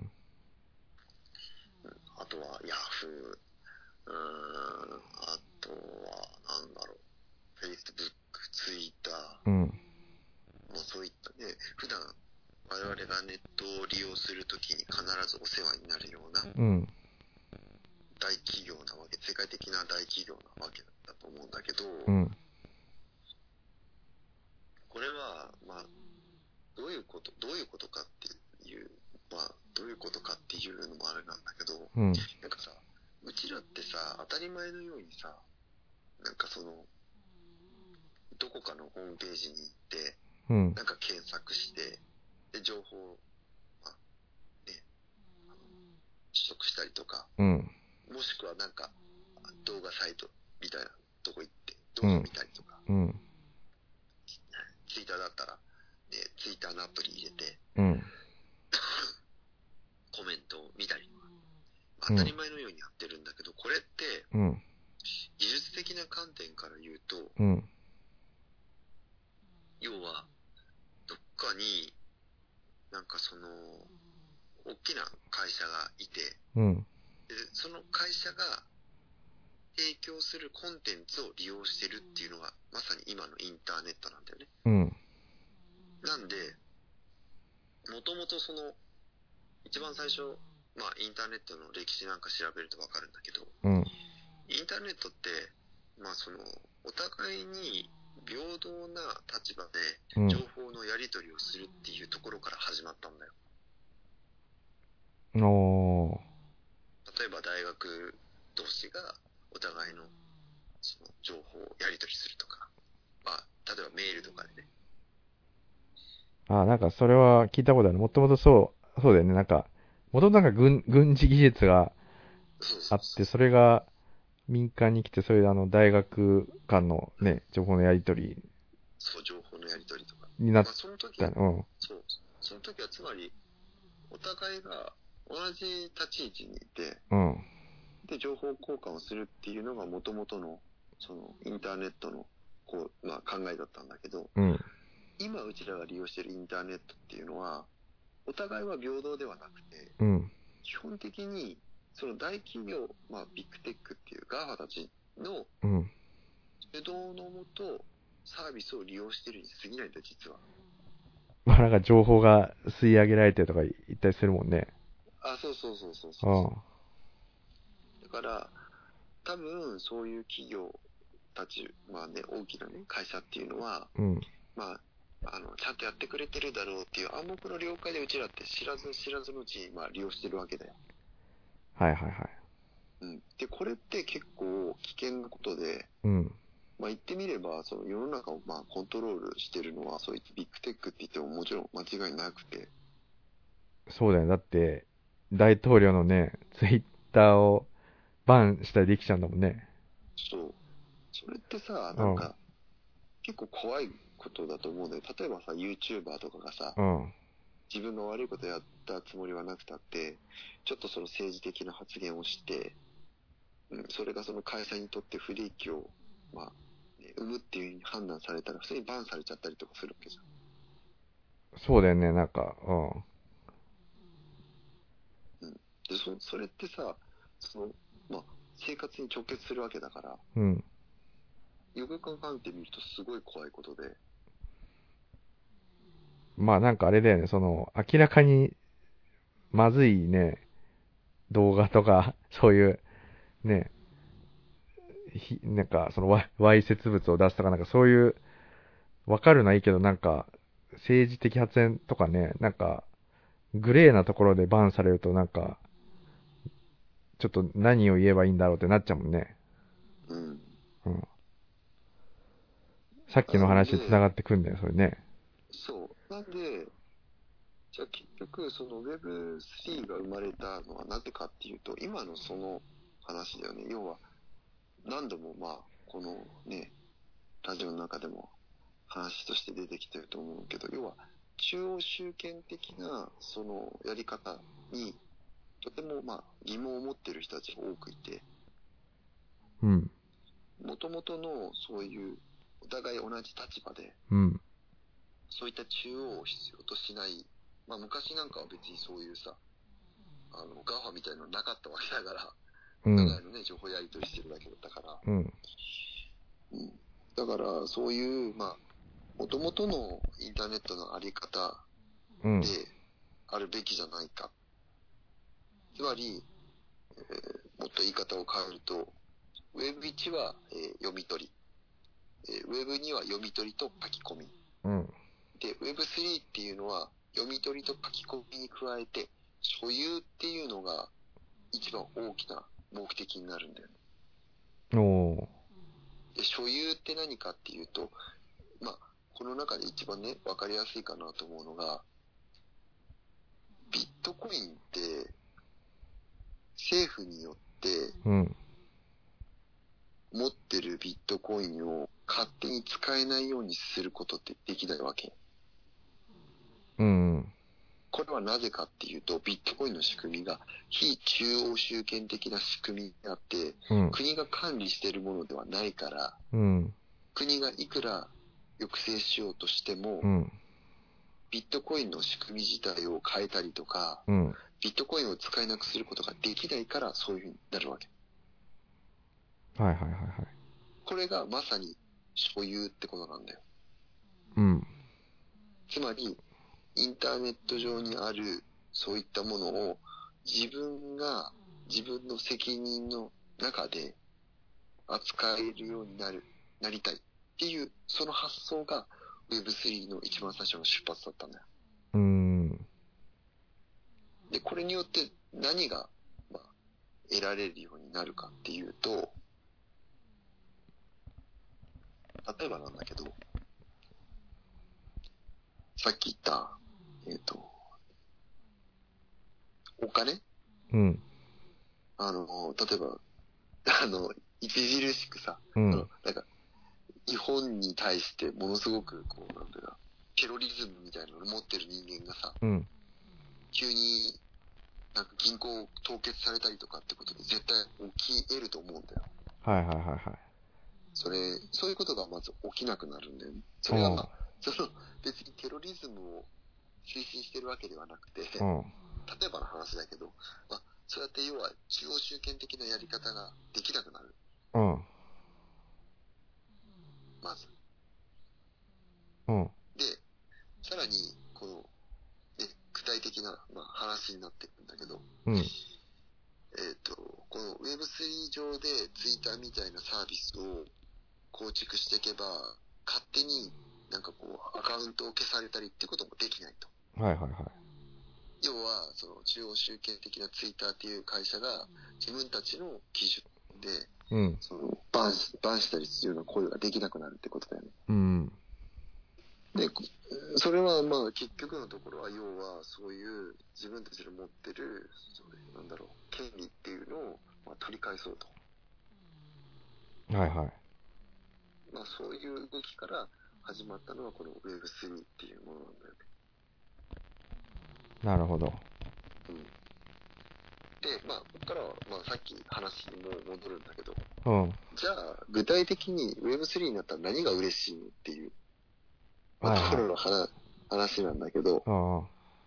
B: あとは Yahoo、あとは、なんだろう、Facebook、Twitter、もうそういったね、普段我々がネットを利用するときに必ずお世話になるような大企業なわけ、世界的な大企業なわけだと思うんだけど、これは、まあ、どういうことかっていう、まあ、どういうことかっていうのもあれなんだけど、なんかさ、うちらってさ、当たり前のようにさ、なんかその、どこかのホームページに行って、なんか検索して、で、情報を、まあ、ね、取得したりとか、もしくはなんか、動画サイトみたいなとこ行って、動画見たりとか、ツイッターだったら、ね、ツイッターのアプリ入れて、コメントを見たりとか、当たり前のようにやってるんだけど、これって、技術的な観点から言うと、要は、どっかに、なんかその、大きな会社がいて、 その会社が提供するコンテンツを利用してるっていうのがまさに今のインターネットなんだよね。
A: うん。
B: なんで、もともとその、一番最初、まあインターネットの歴史なんか調べるとわかるんだけど、
A: うん。
B: インターネットって、まあその、お互いに平等な立場で情報のやり取りをするっていうところから始まったんだよ。
A: おー。
B: 例えば大学同士がお互いのその情報をやり取りするとか、まあ、例えばメールとかでね。
A: あ、なんかそれは聞いたことある。もともとそうだよね。なんか、もともとなんか軍事技術があって、それが民間に来て、それで大学間のね、情報のやり取り
B: そう、情報のやり取りとか。
A: になっ
B: まあ、その時、
A: た。うん。
B: その時はつまり、お互いが同じ立ち位置にいて、
A: うん。
B: で、情報交換をするっていうのが元々の、その、インターネットの、こう、まあ、考えだったんだけど、
A: うん。
B: 今うちらが利用しているインターネットっていうのは、お互いは平等ではなくて、
A: うん。
B: 基本的に、その大企業、まあ、ビッグテックっていうガーファたちの
A: うん。
B: 主導のもと、サービスを利用しているに過ぎないんだ、実は。
A: まあなんか情報が吸い上げられてとか言ったりするもんね。
B: あ、そうそうそうそう
A: う
B: そう。
A: ん。
B: だから、多分そういう企業たち、まあね、大きなね、会社っていうのは、
A: うん。
B: まあ、ちゃんとやってくれてるだろうっていう暗黙の了解でうちらって知らずのうちに、まあ、利用してるわけだよ。
A: はいはいはい。
B: うん。で、これって結構危険なことで、
A: うん。
B: まあ言ってみれば、その世の中をまあコントロールしてるのは、そういったビッグテックって言ってももちろん間違いなくて。
A: そうだよね。だって、大統領のね、ツイッターをバンしたりできちゃうんだもんね。
B: そう。それってさ、
A: うん。
B: なんか、結構怖いことだと思うんだよ。例えばさ、YouTuber とかがさ、
A: うん。
B: 自分が悪いことやったつもりはなくたって、ちょっとその政治的な発言をして、それがその会社にとって不利益を、まあ、ね、生むっていうふうに判断されたら、普通にバンされちゃったりとかするわけじゃん。
A: そうだよね、なんか、
B: うん。で、それってさ、その、まあ、生活に直結するわけだから、
A: うん。
B: よく考えてみるとすごい怖いことで。
A: まあなんかあれだよね、明らかにまずいね、動画とか、そういう、ね、なんかわいせつ物を出すとか、なんかそういう、わかるのはいいけど、なんか、政治的発言とかね、なんか、グレーなところでバンされると、なんか、ちょっと何を言えばいいんだろうってなっちゃうもんね。
B: うん。
A: うん。さっきの
B: なんで、
A: 話で繋がってくんだよ、それね。
B: そう。なんで、じゃあ結局、その Web3 が生まれたのはなぜかっていうと、今のその話だよね。要は、何度もまあ、このね、ラジオの中でも話として出てきてると思うけど、要は、中央集権的なそのやり方に、とてもまあ疑問を持ってる人たちが多くいて、
A: うん。
B: 元々のそういうお互い同じ立場で、
A: うん。
B: そういった中央を必要としない、まあ昔なんかは別にそういうさ、ガーファみたいなのなかったわけだから、
A: うん。
B: お互いのね、情報やり取りしてるだけだったから、
A: うん。
B: うん。だからそういう、まあ、元々のインターネットのあり方
A: うん。
B: であるべきじゃないか。つまり、もっと言い方を変えると、Web1 は、読み取り、Web2 は読み取りと書き込み。
A: うん。
B: で、Web3 っていうのは、読み取りと書き込みに加えて、所有っていうのが一番大きな目的になるんだよね。
A: おー。
B: で、所有って何かっていうと、まあ、この中で一番ね、わかりやすいかなと思うのが、ビットコインって政府によって
A: うん。
B: 持ってるビットコインを勝手に使えないようにすることってできないわけ。
A: うん。
B: これはなぜかっていうと、ビットコインの仕組みが非中央集権的な仕組みになって、
A: うん。
B: 国が管理しているものではないから、
A: うん。
B: 国がいくら抑制しようとしても、
A: うん。
B: ビットコインの仕組み自体を変えたりとか、
A: うん。
B: ビットコインを使えなくすることができないからそういうふうになるわけ。
A: はいはいはいはい。
B: これがまさに所有ってことなんだよ。
A: うん。
B: つまり、インターネット上にあるそういったものを自分が自分の責任の中で扱えるようになりたいっていう、その発想が Web3 の一番最初の出発だったんだよ。で、これによって何が、まあ、得られるようになるかっていうと、例えばなんだけど、さっき言った、お金
A: うん。
B: 例えば、著しくさ、
A: うん。
B: なんか、日本に対してものすごく、こう、なんだろう、テロリズムみたいなのを持ってる人間がさ、
A: うん。
B: 急になんか銀行を凍結されたりとかってことで絶対起き得ると思うんだよ。
A: はいはいはいはい。
B: そういうことがまず起きなくなるんだよね。それはまあ、別にテロリズムを推進してるわけではなくて、
A: うん。
B: 例えばの話だけど、まあ、そうやって要は中央集権的なやり方ができなくなる。
A: うん。
B: まず。
A: うん。
B: で、さらに、この、具体的な、まあ、話になっていくんだけど、
A: うん。
B: この Web3 上で Twitter みたいなサービスを構築していけば、勝手になんかこう、アカウントを消されたりってこともできないと。
A: はいはいはい。
B: 要は、その中央集権的な Twitter っていう会社が自分たちの基準で、
A: うん。
B: そのバンしたりするような行為ができなくなるってことだよね。
A: うん。
B: で、それはまあ結局のところは要はそういう自分たちの持ってる、なんだろう、権利っていうのをまあ取り返そうと。
A: はいはい。
B: まあそういう動きから始まったのはこの Web3 っていうものなんだよね。
A: なるほど。
B: うん。で、まあここからはまあさっき話にも戻るんだけど、
A: うん。
B: じゃあ具体的に Web3 になったら何が嬉しいのっていう、まあ、
A: はいはい。
B: ところの話なんだけど、
A: うん。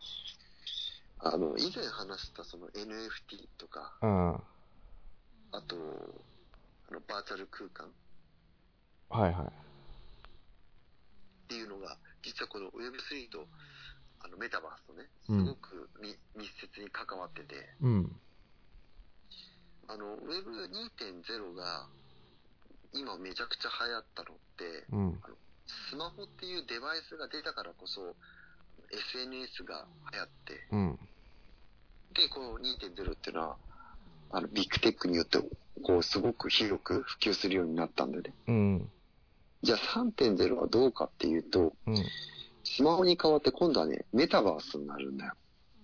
B: 以前話したその NFT とか、
A: うん。
B: あと、バーチャル空間っ
A: はいはい。
B: ていうのが、実はこの Web3 とメタバースとね、
A: うん。
B: すごく密接に関わってて、
A: うん。
B: Web2.0 が今めちゃくちゃ流行ったのって、
A: うん。
B: スマホっていうデバイスが出たからこそ、SNS が流行って、
A: うん。
B: で、この 2.0 っていうのは、ビッグテックによって、こう、すごく広く普及するようになったんだよね。
A: うん。
B: じゃあ 3.0 はどうかっていうと、
A: うん。
B: スマホに代わって今度はね、メタバースになるんだよ。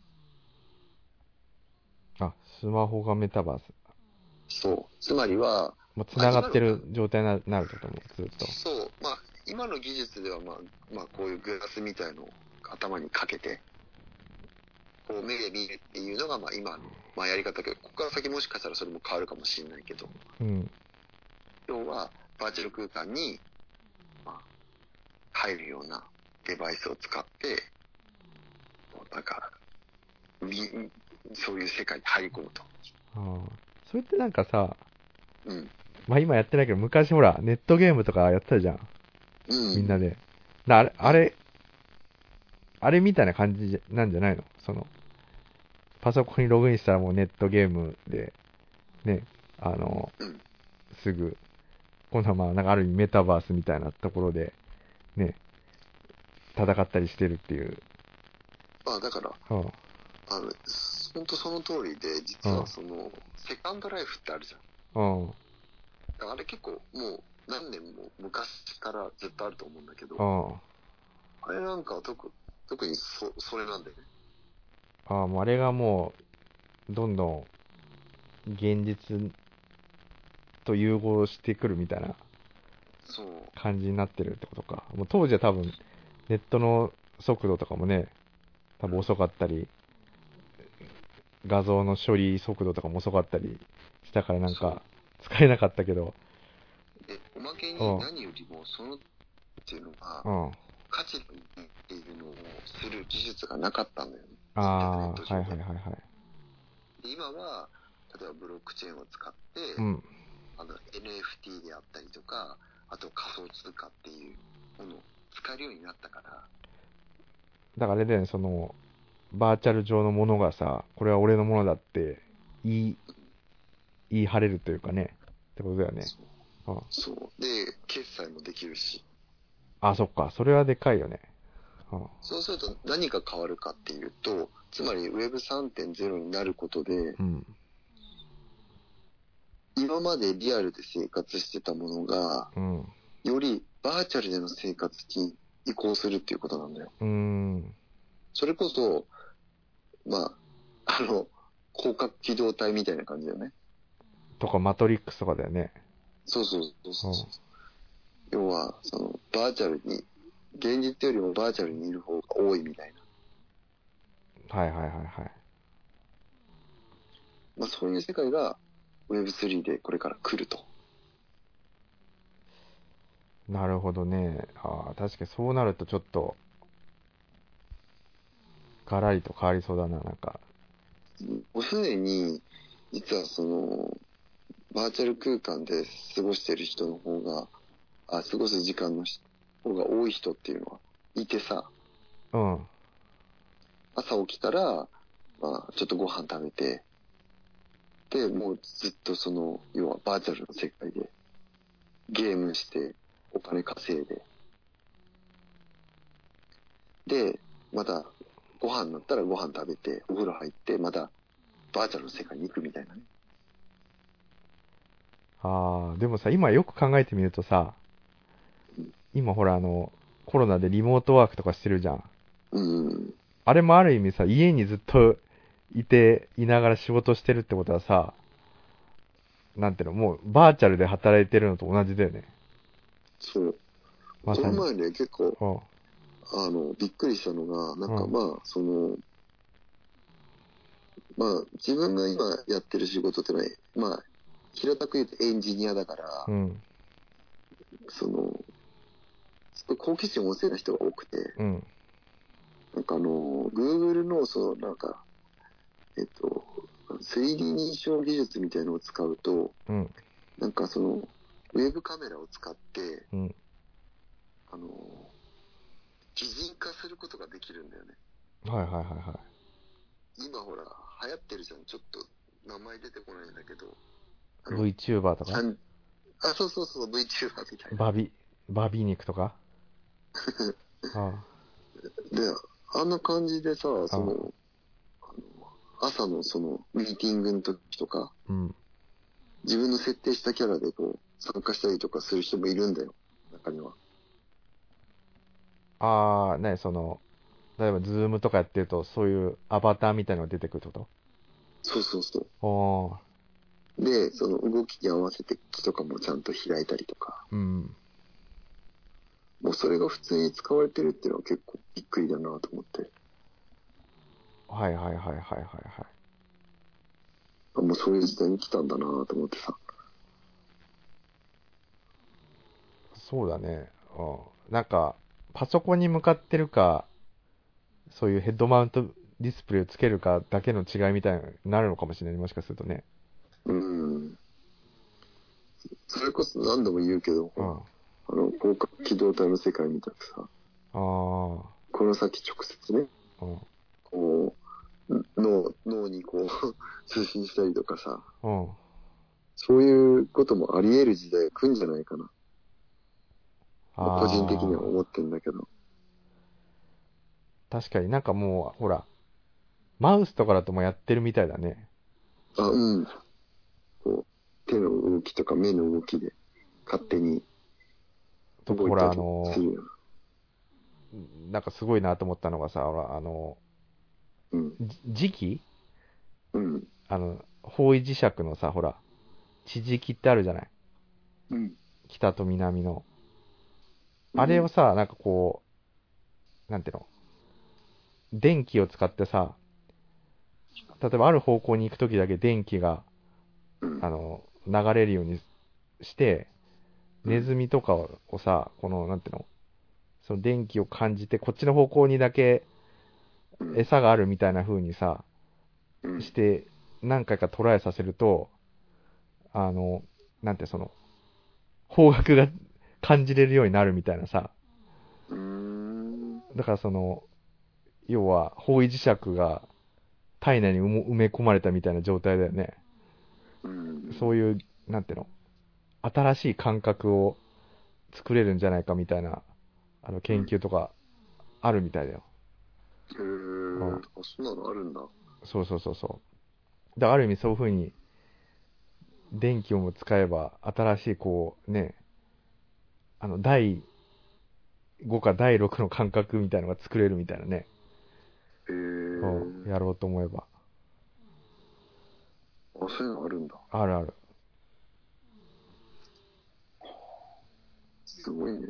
A: あ、スマホがメタバース。
B: そう。つまりは、
A: もう繋がってる状態になると思う、ずっと。
B: そう。まあ、今の技術ではまあこういうグラスみたいのを頭にかけて、こう目で見るっていうのがまあ今の、まあ、やり方けど、ここから先もしかしたらそれも変わるかもしれないけど、
A: うん。
B: 要はバーチャル空間に、まあ、入るようなデバイスを使って、なんか、そういう世界に入り込むと。
A: ああ。それってなんかさ、
B: うん。
A: まあ今やってないけど、昔ほら、ネットゲームとかやってたじゃん。
B: うん。
A: みんなで。あれみたいな感じなんじゃないの？パソコンにログインしたらもうネットゲームで、ね、
B: うん。
A: すぐ、今度はまあ、なんかある意味メタバースみたいなところで、ね、戦ったりしてるっていう。
B: まあだから、
A: うん。
B: 本当その通りで、実はその、セカンドライフってあるじゃん。
A: うん。
B: あれ結構もう何年も昔からずっとあると思うんだけど、
A: うん。
B: あれなんかは特にそれなんだよね。
A: ああ、もうあれがもう、どんどん現実と融合してくるみたいな
B: そう。
A: 感じになってるってことか。もう当時は多分、ネットの速度とかもね、多分遅かったり、画像の処理速度とかも遅かったりしたからなんか使えなかったけど。
B: で、おまけに何よりもそのっていうのが、
A: うん。
B: 価値のいっているのをする技術がなかったんだよね。
A: ああ、はい
B: インターネット上で
A: はいはいはい。
B: で今は、例えばブロックチェーンを使って、
A: うん。
B: NFT であったりとか、あと仮想通貨っていうものを使えるようになったから、
A: だからあれだよね、バーチャル上のものがさ、これは俺のものだって言い張れるというかね、ってことだよね。うん。
B: そう。で、決済もできるし、
A: あ、そっか。それはでかいよね。うん。
B: そうすると何が変わるかっていうと、つまり Web3.0 になることで、
A: うん。
B: 今までリアルで生活してたものが、
A: うん。
B: よりバーチャルでの生活に移行するっていうことなんだよ。それこそ、まあ、広角機動隊みたいな感じだよね。
A: とか、マトリックスとかだよね。
B: そうそうそう
A: う
B: そう。
A: ん。
B: 要は、バーチャルに、現実よりもバーチャルにいる方が多いみたいな。
A: はいはいはいはい。
B: まあそういう世界が Web3 でこれから来ると。
A: なるほどね。ああ、確かにそうなるとちょっと、ガラリと変わりそうだな、なんか。
B: もうすでに、実はバーチャル空間で過ごしてる人の方が、過ごす時間の方が多い人っていうのはいてさ、
A: うん。
B: 朝起きたら、まあちょっとご飯食べて、で、もうずっと要はバーチャルの世界でゲームして、お金稼いで、で、またご飯になったらご飯食べて、お風呂入って、またバーチャルの世界に行くみたいなね。
A: ああ、でもさ、今よく考えてみるとさ、今ほらコロナでリモートワークとかしてるじゃん。
B: うん。
A: あれもある意味さ、家にずっといながら仕事してるってことはさ、なんていうの、もうバーチャルで働いてるのと同じだよね。
B: そう。
A: まさに。
B: この前ね、結構、
A: うん。
B: びっくりしたのが、なんか
A: うん。
B: まあ、自分が今やってる仕事ってのは、まあ、平たく言うとエンジニアだから、
A: うん。
B: すごい好奇心旺盛な人が多くて、
A: うん。
B: なんかGoogle の、なんか、3D 認証技術みたいのを使うと、
A: うん。
B: なんかウェブカメラを使って、
A: うん。
B: 擬人化することができるんだよね。
A: はいはいはいは
B: 今ほら、流行ってるじゃん。ちょっと、名前出てこないんだけど。
A: い。VTuber とか
B: そうそうそう、VTuber みたいな。
A: バビ肉とかあ
B: で、あんな感じでさ、
A: あ。ああ。
B: 朝のミーティングの時とか、
A: うん。
B: 自分の設定したキャラで参加したりとかする人もいるんだよ。中には。
A: ああ、ね、例えばズームとかやってると、そういうアバターみたいなのが出てくるってこ
B: そうそうそ
A: と？おー。
B: う。で、動きに合わせて木とかもちゃんと開いたりとか。
A: うん。
B: もうそれが普通に使われてるっていうのは結構びっくりだなと思って。
A: はいはいはいはいはいはい。
B: もうそういう時代に来たんだなと思ってさ。
A: そうだね。うん。なんか、パソコンに向かってるか、そういうヘッドマウントディスプレイをつけるかだけの違いみたいになるのかもしれない。もしかするとね。
B: うん。それこそ何度も言うけど、
A: うん。あ
B: 広角機動隊の世界見たらさ、
A: あ。
B: この先直接ね、
A: うん。
B: 脳に通信したりとかさ、
A: うん。
B: そういうこともあり得る時代が来るんじゃないかな。個人的には
A: あ
B: 思ってんだけど。
A: あ。確かになんかもう、ほら、マウスとかだともうやってるみたいだね。
B: うん。手の動きとか目の動きで勝手に
A: とか、ほら、
B: 動いたりするよ。
A: なんかすごいなと思ったのがさ、ほら、
B: うん。
A: 磁気
B: うん。
A: 方位磁石のさ、ほら、地磁気ってあるじゃない？
B: うん。
A: 北と南の。
B: うん
A: あれをさ、なんかなんていうの、電気を使ってさ、例えばある方向に行くときだけ電気が、
B: うん。
A: 流れるようにして、ネズミとかをさ、なんていうの、 その電気を感じて、こっちの方向にだけ餌があるみたいな風にさ、して、何回かトライさせると、なんてその、方角が感じれるようになるみたいなさ。だからその、要は、方位磁石が体内に埋め込まれたみたいな状態だよね。そういう、なんていうの、新しい感覚を作れるんじゃないかみたいな、研究とかあるみたいだよ。
B: あ、そんなのあるんだ。
A: そうそうそうそう。ある意味そういう風に、電気をも使えば、新しいこう、ね、第5か第6の感覚みたいなのが作れるみたいなね。やろうと思えば。
B: あ、そういうのあるんだ。
A: あるある。
B: すごいね。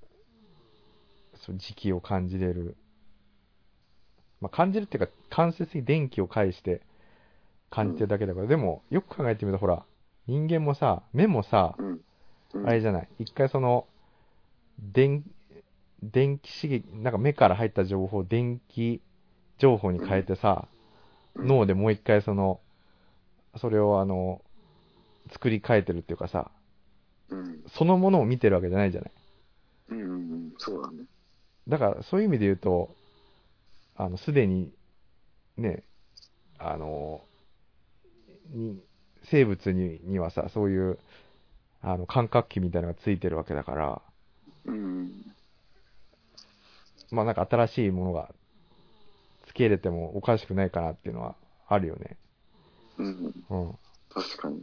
A: 時期を感じれる。まあ、感じるっていうか、間接に電気を介して感じてるだけだから、でも、よく考えてみると、ほら、人間もさ、目もさ、あれじゃない。一回その、電気刺激、なんか目から入った情報を電気情報に変えてさ、脳でもう一回それを作り変えてるっていうかさ、そのものを見てるわけじゃないじゃない。
B: そうだね。
A: だから、そういう意味で言うと、すでに、ね、生物にはさ、そういう、感覚器みたいなのがついてるわけだから、まあなんか新しいものがつけれてもおかしくないかなっていうのはあるよね。
B: 確かに。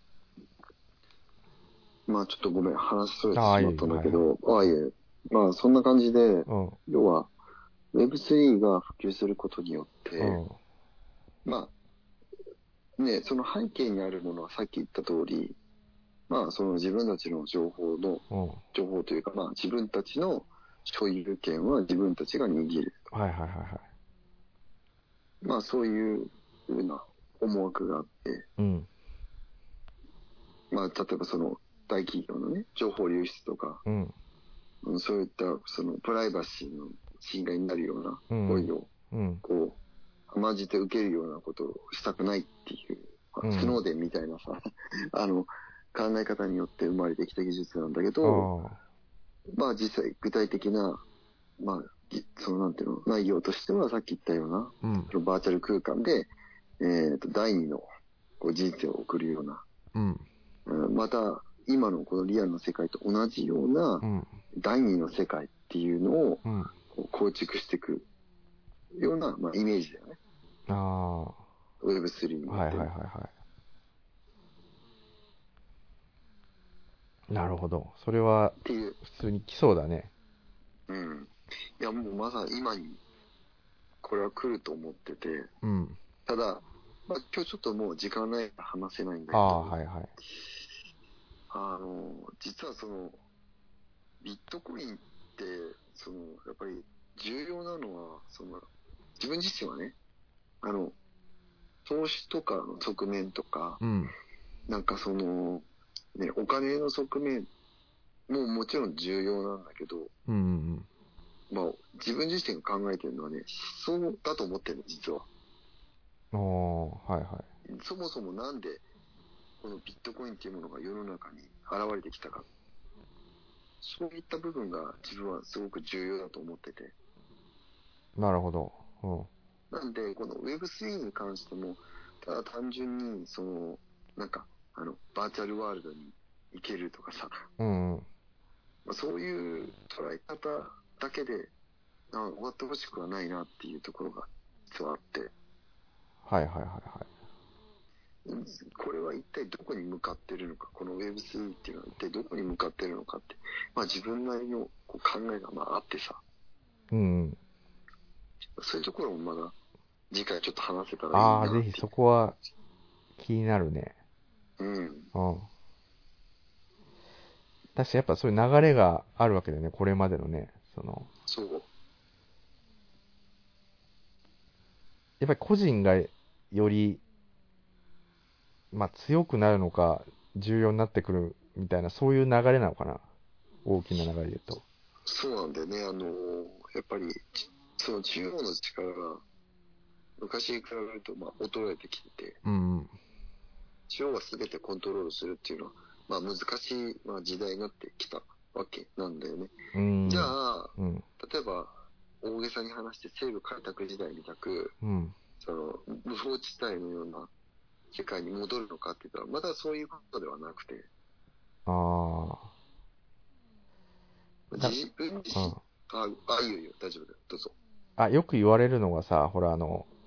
B: まあちょっとごめん、話しそうやってしまったんだけど、まあそんな感じで、要は Web3 が普及することによって、まあね、その背景にあるものはさっき言った通り、まあその自分たちの情報というか、まあ自分たちの所有権は自分たちが握る。まあそういうふうな思惑があって、まあ例えばその大企業のね、情報流出とか、そういったそのプライバシーの侵害になるような行為を、こう、甘じて受けるようなことをしたくないっていう、スノーデンみたいなさ、考え方によって生まれてきた技術なんだけど、まあ実際具体的な、まあ、そのなんていうの、内容としてはさっき言ったような、そのバーチャル空間で、第二のこう人生を送るような、また今のこのリアルの世界と同じような第二の世界っていうのをこう構築していくような、まあ、イメージだよね。Web3 によって。
A: なるほど。それは普通に来そうだね。
B: いやもうまさに今にこれは来ると思ってて、ただ、まあ、今日ちょっともう時間ないから話せないんだけど、実はそのビットコインってそのやっぱり重要なのはその自分自身はね、投資とかの側面とか、なんかそのね、お金の側面ももちろん重要なんだけど、まあ自分自身が考えてるのはね、思想だと思ってるの実は。そもそもなんでこのビットコインっていうものが世の中に現れてきたか、そういった部分が自分はすごく重要だと思ってて。
A: なるほど。
B: なんでこの Web3 に関しても、ただ単純にそのなんかバーチャルワールドに行けるとかさ、まあ、そういう捉え方だけで終わってほしくはないなっていうところが実はあって、これは一体どこに向かってるのか、この Web3 っていうのは一体どこに向かってるのかって、まあ自分なりのこう考えがまああってさ、そういうところもまだ次回ちょっと話せたらいいなって。
A: ぜひそこは気になるね。確かにやっぱそういう流れがあるわけだよね、これまでのね。
B: そう。
A: やっぱり個人がより、まあ強くなるのか、重要になってくるみたいな、そういう流れなのかな。大きな流れで言うと。
B: そうなんだよね。やっぱり、その中央の力が、昔に比べると、衰えてきてて、
A: うんうん。
B: 中央が全てコントロールするっていうのは、難しい、時代になってきたわけなんだよね。じゃあ、
A: うん。
B: 例えば、大げさに話して西部開拓時代みたく、
A: うん。
B: 無法地帯のような世界に戻るのかって言ったら、まだそういうことではなくて、
A: ああ。
B: 自分自身、
A: うん。
B: いいよいいよ、大丈夫だよ、どうぞ。
A: あ、よく言われるのがさ、ほら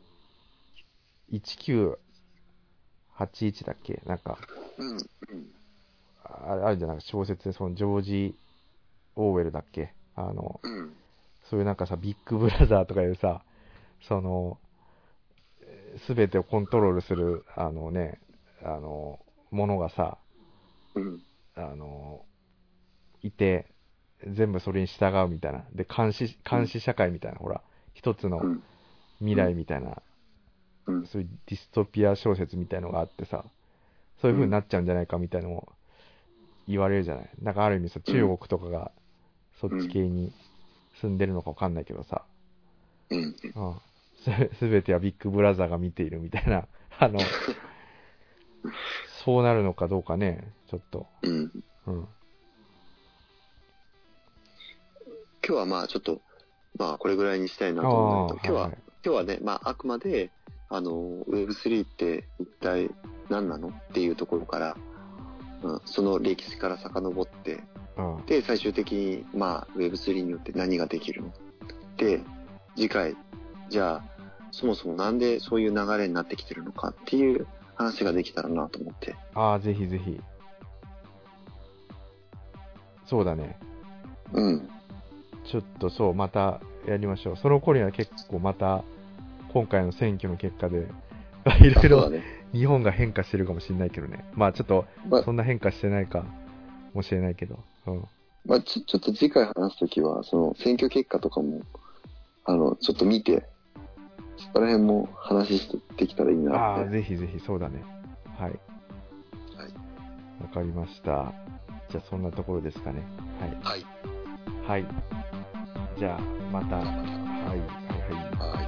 A: 1981だっけなんか、
B: うん、うん、
A: あるじゃない小説で、そのジョージ・オーウェルだっけ
B: うん、
A: そういうなんかさ、ビッグブラザーとかいうさ、その、すべてをコントロールする、ものがさ、
B: うん、
A: あの、いて、全部それに従うみたいな。で、監視社会みたいな、ほら、一つの
B: うん、
A: 未来みたいな、
B: うん、
A: そういうディストピア小説みたいのがあってさ、そういう風になっちゃうんじゃないかみたいなのも言われるじゃない。だからある意味さ、中国とかがそっち系に住んでるのかわかんないけどさ、
B: うん、
A: うん。すべてはビッグブラザーが見ているみたいな、そうなるのかどうかね、ちょっと。
B: うん。
A: うん。
B: 今日はちょっと、これぐらいにしたいな
A: あ
B: と思うんだ
A: あ、
B: けど、
A: はいはい。
B: 今日はね、あくまで、Web3 って一体何なのっていうところから、その歴史から遡って、
A: うん。
B: で、最終的に、Web3 によって何ができるので、次回、じゃあ、そもそもなんでそういう流れになってきてるのかっていう話ができたらなと思って。
A: ああ、ぜひぜひ。そうだね。
B: うん。
A: ちょっとそう、またやりましょう。その頃には結構また、今回の選挙の結果で、いろいろ
B: そうだね。
A: 日本が変化してるかもしれないけどね。まあちょっと、
B: ま
A: そんな変化してないかもしれないけど。うん。
B: ちょっと次回話すときは、その選挙結果とかも、ちょっと見て、そこら辺も話してできたらいいな
A: ああ、
B: って。
A: ぜひぜひ、そうだね。はい。
B: はい。
A: わかりました。じゃあそんなところですかね。
B: はい。
A: はい。はい。じゃあまた。
B: じゃあまた。
A: はい。はいはい。
B: はい。